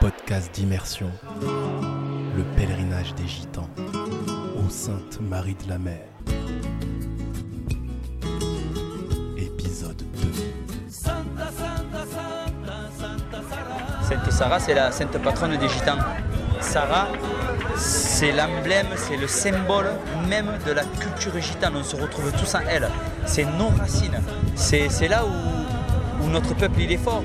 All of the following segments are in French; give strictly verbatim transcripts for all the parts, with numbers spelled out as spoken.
podcast d'immersion, le pèlerinage des Gitans aux Saintes Maries de la Mer. Épisode deux. Sainte Sarah, c'est la sainte patronne des Gitans. Sarah, c'est l'emblème, c'est le symbole même de la culture gitane. On se retrouve tous en elle. C'est nos racines. C'est, c'est là où, où notre peuple il est fort.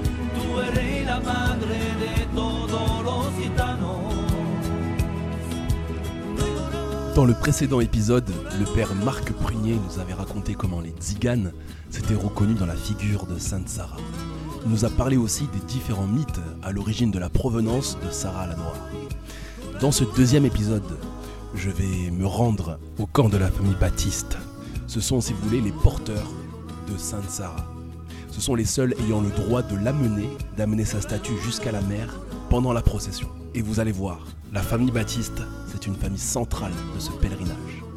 Dans le précédent épisode, le père Marc Prunier nous avait raconté comment les Tziganes s'étaient reconnus dans la figure de Sainte Sarah. Il nous a parlé aussi des différents mythes à l'origine de la provenance de Sarah la Noire. Dans ce deuxième épisode, je vais me rendre au camp de la famille Baptiste. Ce sont, si vous voulez, les porteurs de Sainte Sarah. Ce sont les seuls ayant le droit de l'amener, d'amener sa statue jusqu'à la mer pendant la procession. Et vous allez voir, la famille Baptiste, c'est une famille centrale de ce pèlerinage.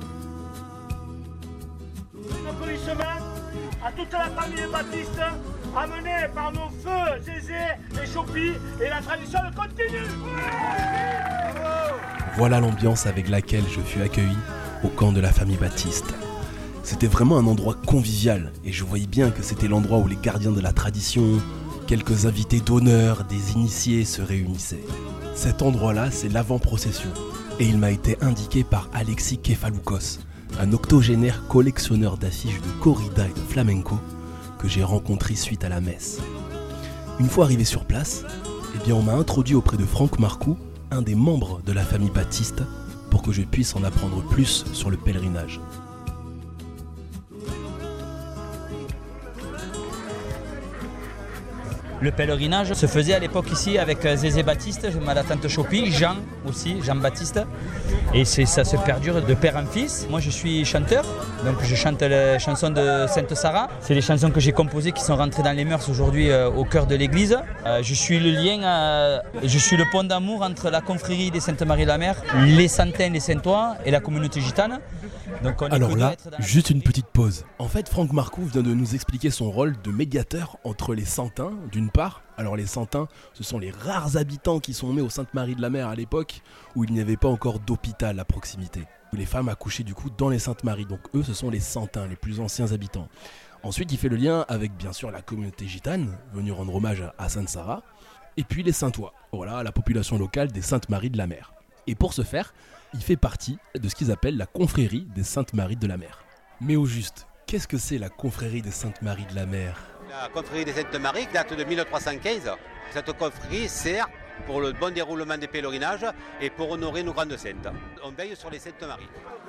Applaudissements à toute la famille Baptiste, amenée par nos feux Zézé et Chopi, et la tradition continue. Voilà l'ambiance avec laquelle je fus accueilli au camp de la famille Baptiste. C'était vraiment un endroit convivial et je voyais bien que c'était l'endroit où les gardiens de la tradition, quelques invités d'honneur, des initiés se réunissaient. Cet endroit-là, c'est l'avant-procession et il m'a été indiqué par Alexis Kefaloukos, un octogénaire collectionneur d'affiches de corrida et de flamenco que j'ai rencontré suite à la messe. Une fois arrivé sur place, eh bien on m'a introduit auprès de Franck Marcoux, un des membres de la famille Baptiste, pour que je puisse en apprendre plus sur le pèlerinage. Le pèlerinage se faisait à l'époque ici avec Zézé Baptiste, ma tante Chopi, Jean aussi, Jean-Baptiste. Et c'est, ça se perdure de père en fils. Moi je suis chanteur, donc je chante les chansons de Sainte Sarah. C'est les chansons que j'ai composées qui sont rentrées dans les mœurs aujourd'hui euh, au cœur de l'église. Euh, je suis le lien, euh, je suis le pont d'amour entre la confrérie des Saintes Maries de la Mer, les Santins, les Saintois et la communauté gitane. Donc on Alors là, dans juste une petite pause. En fait, Franck Marcoux vient de nous expliquer son rôle de médiateur entre les Santins, d'une part. Alors les Santins, ce sont les rares habitants qui sont nés aux Saintes Maries de la Mer à l'époque où il n'y avait pas encore d'hôpital à proximité. Où les femmes accouchaient du coup dans les Saintes Maries. Donc eux, ce sont les Santins, les plus anciens habitants. Ensuite, il fait le lien avec bien sûr la communauté gitane, venue rendre hommage à Sainte Sarah. Et puis les Saintois, voilà, la population locale des Saintes Maries de la Mer. Et pour ce faire, il fait partie de ce qu'ils appellent la confrérie des Saintes Maries de la Mer. Mais au juste, qu'est-ce que c'est la confrérie des Saintes Maries de la Mer ? La confrérie des Saintes Maries date de mille trois cent quinze. Cette confrérie sert pour le bon déroulement des pèlerinages et pour honorer nos grandes saintes. On veille sur les Saintes Maries.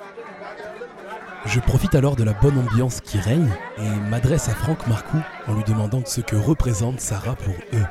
Je profite alors de la bonne ambiance qui règne et m'adresse à Franck Marcoux en lui demandant ce que représente Sarah pour eux.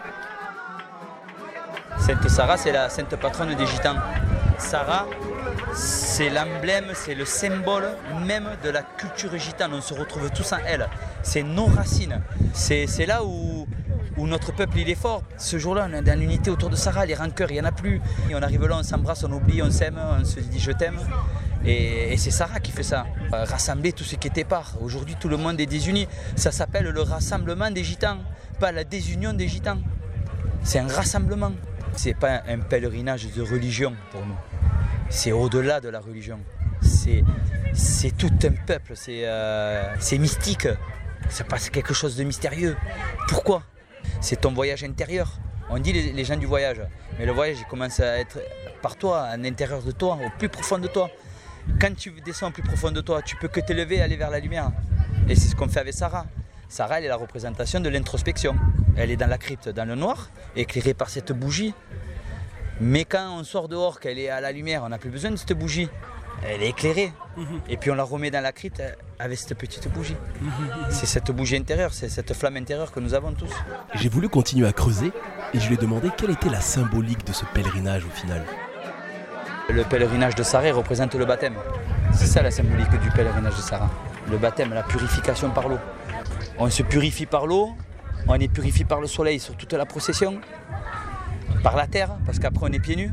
Sainte Sarah, c'est la sainte patronne des Gitans. Sarah, c'est l'emblème, c'est le symbole même de la culture gitane. On se retrouve tous en elle. C'est nos racines. C'est, c'est là où, où notre peuple il est fort. Ce jour-là, on est dans l'unité autour de Sarah. Les rancœurs, il n'y en a plus. Et on arrive là, on s'embrasse, on oublie, on s'aime, on se dit je t'aime. Et, et c'est Sarah qui fait ça. Euh, rassembler tout ce qui était part. Aujourd'hui, tout le monde est désuni. Ça s'appelle le rassemblement des Gitans, pas la désunion des Gitans. C'est un rassemblement. C'est pas un pèlerinage de religion pour nous. C'est au-delà de la religion. C'est, c'est tout un peuple. C'est, euh, c'est mystique. Ça passe quelque chose de mystérieux. Pourquoi ? C'est ton voyage intérieur. On dit les, les gens du voyage. Mais le voyage, il commence à être par toi, à l'intérieur de toi, au plus profond de toi. Quand tu descends au plus profond de toi, tu peux que t'élever et aller vers la lumière. Et c'est ce qu'on fait avec Sarah. Sarah, elle est la représentation de l'introspection. Elle est dans la crypte, dans le noir, éclairée par cette bougie. Mais quand on sort dehors, qu'elle est à la lumière, on n'a plus besoin de cette bougie. Elle est éclairée. Et puis on la remet dans la crypte avec cette petite bougie. C'est cette bougie intérieure, c'est cette flamme intérieure que nous avons tous. J'ai voulu continuer à creuser et je lui ai demandé quelle était la symbolique de ce pèlerinage au final. Le pèlerinage de Sarah représente le baptême. C'est ça la symbolique du pèlerinage de Sarah. Le baptême, la purification par l'eau. On se purifie par l'eau, on est purifié par le soleil sur toute la procession, par la terre, parce qu'après on est pieds nus.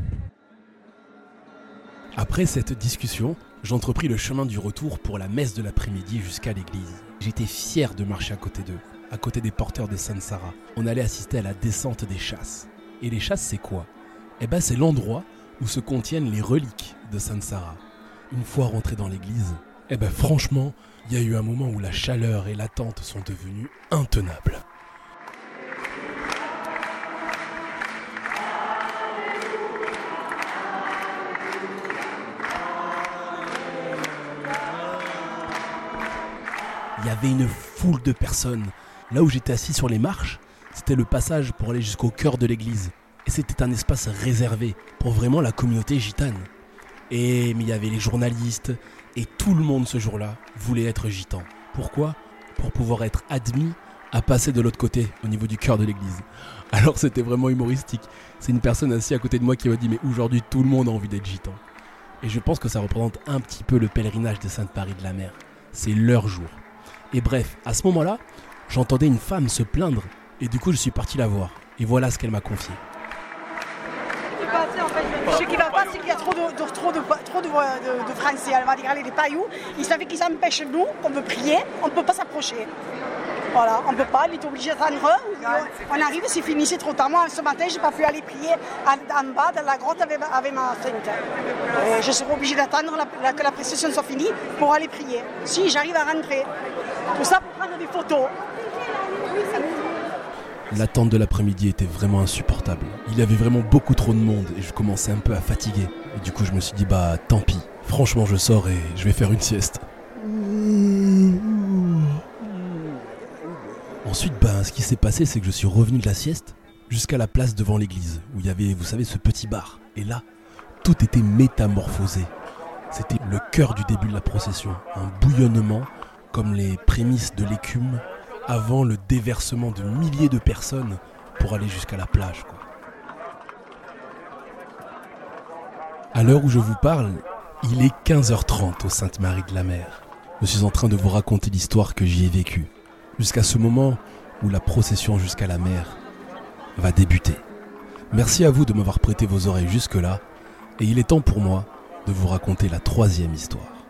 Après cette discussion, j'entrepris le chemin du retour pour la messe de l'après-midi jusqu'à l'église. J'étais fier de marcher à côté d'eux, à côté des porteurs de Sainte Sarah. On allait assister à la descente des chasses. Et les chasses, c'est quoi ? Eh ben c'est l'endroit où se contiennent les reliques de Sainte Sarah. Une fois rentré dans l'église, eh ben franchement, il y a eu un moment où la chaleur et l'attente sont devenues intenables. Il y avait une foule de personnes. Là où j'étais assis sur les marches, c'était le passage pour aller jusqu'au cœur de l'église. Et c'était un espace réservé pour vraiment la communauté gitane. Et mais il y avait les journalistes et tout le monde ce jour-là voulait être gitan. Pourquoi ? Pour pouvoir être admis à passer de l'autre côté au niveau du cœur de l'église. Alors c'était vraiment humoristique. C'est une personne assise à côté de moi qui m'a dit « Mais aujourd'hui tout le monde a envie d'être gitan ». Et je pense que ça représente un petit peu le pèlerinage de Sainte-Marie de la Mer. C'est leur jour. Et bref, à ce moment-là, j'entendais une femme se plaindre et du coup je suis parti la voir. Et voilà ce qu'elle m'a confié. Ce qui ne va pas, c'est qu'il y a trop de, de, trop de, trop de, de, de Français, elle va dire allez, les pailloux. Ils savaient qu'ils empêchent nous, qu'on veut prier, on ne peut pas s'approcher. Voilà, on ne peut pas, il est obligé d'attendre. On arrive, c'est fini, c'est trop tard. Moi, ce matin, je n'ai pas pu aller prier en, en bas, dans la grotte, avec, avec ma tante. Euh, je serai obligée d'attendre la, la, que la procession soit finie pour aller prier. Si j'arrive à rentrer. Tout ça pour prendre des photos. L'attente de l'après-midi était vraiment insupportable. Il y avait vraiment beaucoup trop de monde et je commençais un peu à fatiguer. Et du coup, je me suis dit, bah tant pis. Franchement, je sors et je vais faire une sieste. Ensuite, bah, ce qui s'est passé, c'est que je suis revenu de la sieste jusqu'à la place devant l'église, où il y avait, vous savez, ce petit bar. Et là, tout était métamorphosé. C'était le cœur du début de la procession. Un bouillonnement, comme les prémices de l'écume, avant le déversement de milliers de personnes pour aller jusqu'à la plage, quoi. À l'heure où je vous parle, il est quinze heures trente au Sainte-Marie de la Mer. Je suis en train de vous raconter l'histoire que j'y ai vécue, jusqu'à ce moment où la procession jusqu'à la mer va débuter. Merci à vous de m'avoir prêté vos oreilles jusque-là, et il est temps pour moi de vous raconter la troisième histoire.